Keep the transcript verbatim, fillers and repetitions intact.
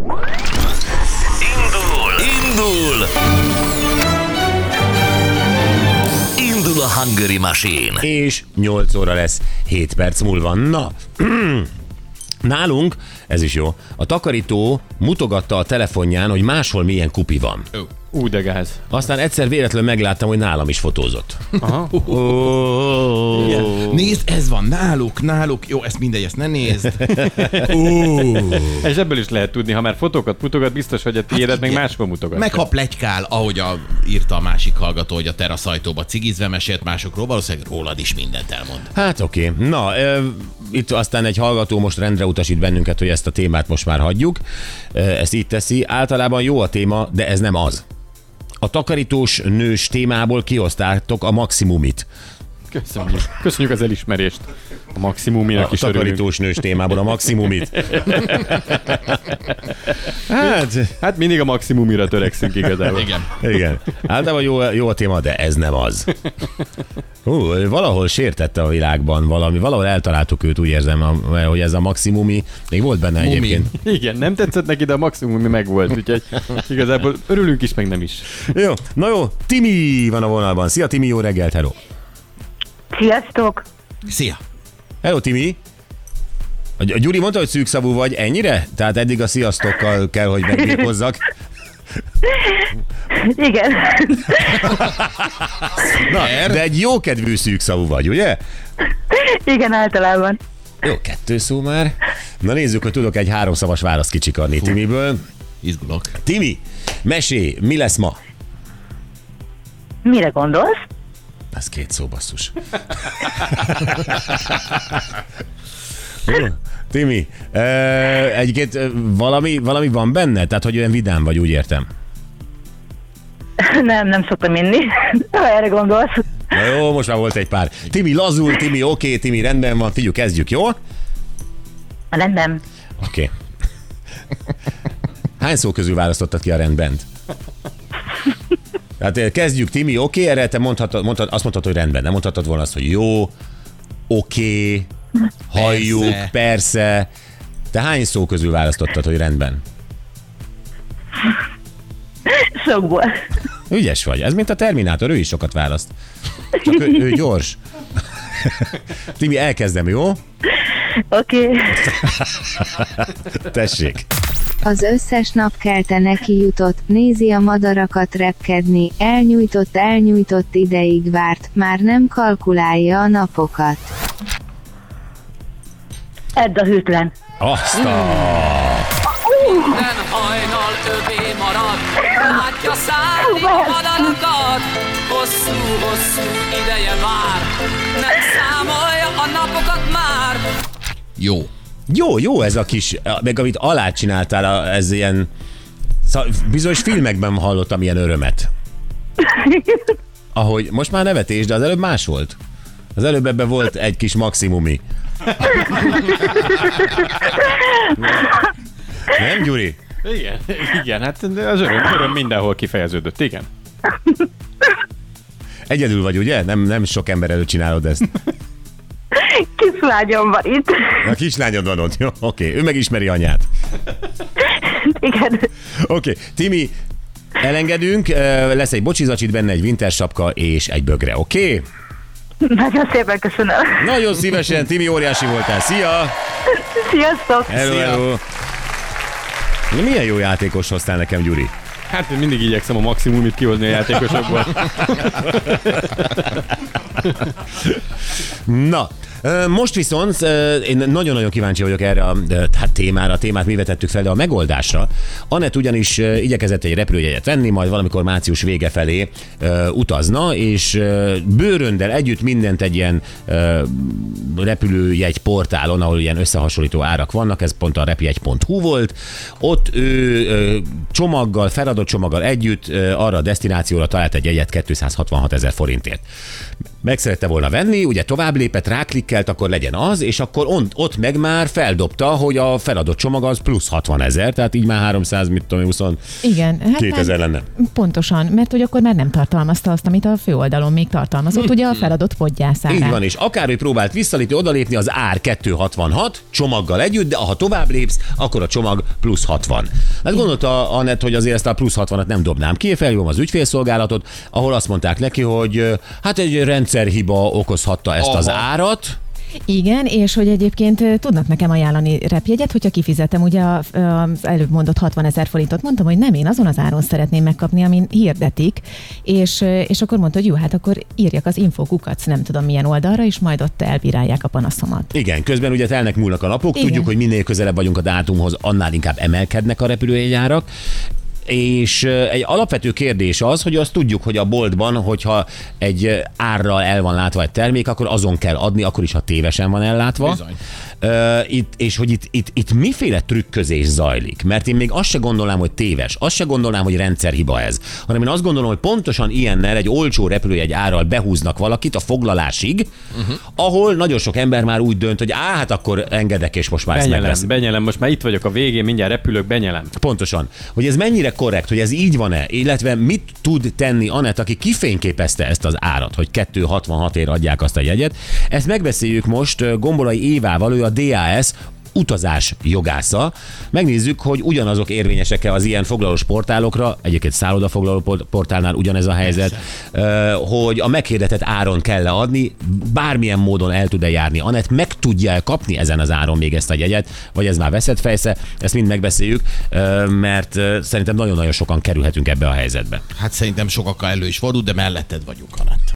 Indul! Indul! Indul a Hungary Machine. És nyolc óra lesz, hét perc múlva. Na, nálunk, ez is jó, a takarító mutogatta a telefonján, hogy máshol milyen kupi van. Ú, de gáz. Aztán egyszer véletlenül megláttam, hogy nálam is fotózott. Aha. Oh. Nézd, ez van náluk, náluk. Jó, ezt mindegy, ezt ne nézd. uh. És ebből is lehet tudni, ha már fotókat mutogat, biztos, hogy a tiédet hát meg máshol mutogat. Meg ha pletykál, ahogy a, írta a másik hallgató, hogy a teraszajtóba cigizve mesélt másokról, valószínűleg rólad is mindent elmond. Hát oké. Okay. Na, e, itt aztán egy hallgató most rendre utasít bennünket, hogy ezt a témát most már hagyjuk. E, ezt így teszi. Általában jó a téma, de ez nem az. A takarítós nős témából kiosztáltok a maximumit. Köszönjük. Köszönjük az elismerést. A maximuminak a is A takarítós örülünk. nős témából a maximumit. hát, hát mindig a maximumira törekszünk igazából. Igen. Igen. Általában jó, jó a téma, de ez nem az. Hú, valahol sértette a világban valami, valahol eltaláltuk őt, úgy érzem, hogy ez a maximumi, még volt benne Mumi. egyébként. Igen, nem tetszett neki, de a maximumi megvolt, úgyhogy igazából örülünk is, meg nem is. Jó, na jó, Timi van a vonalban. Szia Timi, jó reggelt, hello. Sziasztok! Szia! Hello Timi. A Gyuri mondta, hogy szűkszavú vagy, ennyire? Tehát eddig a sziasztokkal kell, hogy megbírkozzak. Igen. Na, de egy jókedvű szűkszavú vagy, ugye? Igen, általában. Jó, kettő szó már. Na nézzük, hogy tudok egy háromszavas választ kicsikarni Fú. Timiből. Izgulok. Timi, mesélj, mi lesz ma? Mire gondolsz? Ez két szó, basszus. Timi, egyébként valami, valami van benne? Tehát, hogy olyan vidám vagy, úgy értem. Nem, nem szoktam inni. Ha erre gondolsz. Na jó, most már volt egy pár. Timi lazul, Timi oké, okay, Timi rendben van, figyelj, kezdjük, jó? Rendben. Oké. Okay. Hány szó közül választottad ki a rendbent? Tehát kezdjük, Timi, oké, okay, erre te mondhatod, mondhatod, azt mondhatod, hogy rendben. Nem mondhatod volna azt, hogy jó, oké, okay, halljuk, persze. persze. Te hány szó közül választottad, hogy rendben? Sokból. Ügyes vagy. Ez mint a Terminátor, ő is sokat választ. Csak ő, ő gyors. Timi, elkezdem, jó? Oké. Okay. Tessék. Az összes napkelte neki jutott, nézi a madarakat repkedni, elnyújtott, elnyújtott ideig várt, már nem kalkulálja a napokat. Edd a hűtlen. Azt a... Minden hajnal övé marad, látja szállni a madarakat, hosszú-hosszú ideje vár, nem számolja a napokat már. Jó. Jó, jó ez a kis, meg amit alá csináltál, ez ilyen, bizonyos filmekben hallottam ilyen örömet. Ahogy, most már nevetés, de az előbb más volt. Az előbb ebben volt egy kis maximumi. Nem, Gyuri? Igen, igen, hát az öröm, öröm mindenhol kifejeződött, igen. Egyedül vagy, ugye? Nem, nem sok ember előtt csinálod ezt. Kislányom van itt. A kislányod van ott, jó? Oké, okay. Ő megismeri anyát. Igen. Oké, okay. Timi, elengedünk, lesz egy bocsizacsit, benne egy winter sapka és egy bögre, oké? Okay? Nagyon szépen köszönöm. Nagyon szívesen, Timi, óriási voltál. Szia! Sziasztok! Hello, hello. Milyen jó játékos hoztál nekem, Gyuri? Hát mindig igyekszem a maximumit kihozni a játékosokból. Na, most viszont én nagyon-nagyon kíváncsi vagyok erre a hát témára, a témát mi vetettük fel, de a megoldásra. Anett ugyanis igyekezett egy repülőjegyet venni, majd valamikor március vége felé utazna, és bőröndel együtt mindent egy ilyen repülőjegy portálon, ahol ilyen összehasonlító árak vannak, ez pont a repjegy pont hu volt. Ott ő csomaggal, feladott csomaggal együtt arra a desztinációra talált egy jegyet kétszázhatvanhat ezer forintért. Meg szerette volna venni, ugye tovább lépett, ráklikkel, reggelt, akkor legyen az, és akkor on, ott meg már feldobta, hogy a feladott csomag az plusz hatvan ezer, tehát így már háromszáz, mit tudom, húsz Igen, hát kétezer lenne. Pontosan, mert hogy akkor már nem tartalmazta azt, amit a főoldalon még tartalmazott, ugye a feladott podgyászárán. Így van, és akárhogy próbált visszalépni, odalépni, az ár kétszázhatvanhat csomaggal együtt, de ha tovább lépsz, akkor a csomag plusz hatvan. Hát gondolta Anett, hogy azért ezt a plusz hatvanat nem dobnám ki, felhívom az ügyfélszolgálatot, ahol azt mondták neki, hogy hát egy rendszerhiba okozhatta ezt Aha. az árat. Igen, és hogy egyébként tudnak nekem ajánlani repjegyet, hogyha kifizetem ugye az előbb mondott hatvanezer forintot. Mondtam, hogy nem, én azon az áron szeretném megkapni, amin hirdetik, és, és akkor mondta, hogy jó, hát akkor írjak az infokukac, nem tudom milyen oldalra, és majd ott elbírálják a panaszomat. Igen, közben ugye telnek múlnak a napok, Igen. tudjuk, hogy minél közelebb vagyunk a dátumhoz, annál inkább emelkednek a repülőjegyárak. És egy alapvető kérdés az, hogy azt tudjuk, hogy a boltban, hogyha egy árral el van látva egy termék, akkor azon kell adni, akkor is, ha tévesen van ellátva. Bizony. Uh, itt, és hogy itt, itt, itt miféle trükközés zajlik, mert én még azt se gondolnám, hogy téves, azt se gondolnám, hogy rendszerhiba ez, hanem én azt gondolom, hogy pontosan ilyennel egy olcsó repülőjegy árral behúznak valakit a foglalásig, uh-huh. ahol nagyon sok ember már úgy dönt, hogy á, hát akkor engedek, és most már ezt Benyelem, megveszem. benyelem, most már itt vagyok a végén, mindjárt repülök, benyelem. Pontosan. Hogy ez mennyire korrekt, hogy ez így van-e, illetve mit tud tenni Anett, aki kifényképezte ezt az árat, hogy kétszázhatvanhatért adják azt a jegyet. Ezt megbeszéljük most Gombolai Évával, ő a dé á es utazás jogásza. Megnézzük, hogy ugyanazok érvényesek-e az ilyen foglalós portálokra, egyébként szállodafoglaló portálnál ugyanez a helyzet, Persze. hogy a meghirdetett áron kell adni, bármilyen módon el tud-e járni. Anett meg tudja kapni ezen az áron még ezt a jegyet, vagy ez már veszett fejsze, ezt mind megbeszéljük, mert szerintem nagyon-nagyon sokan kerülhetünk ebbe a helyzetbe. Hát szerintem sokakkal elő is fordult, de melletted vagyunk, Anett.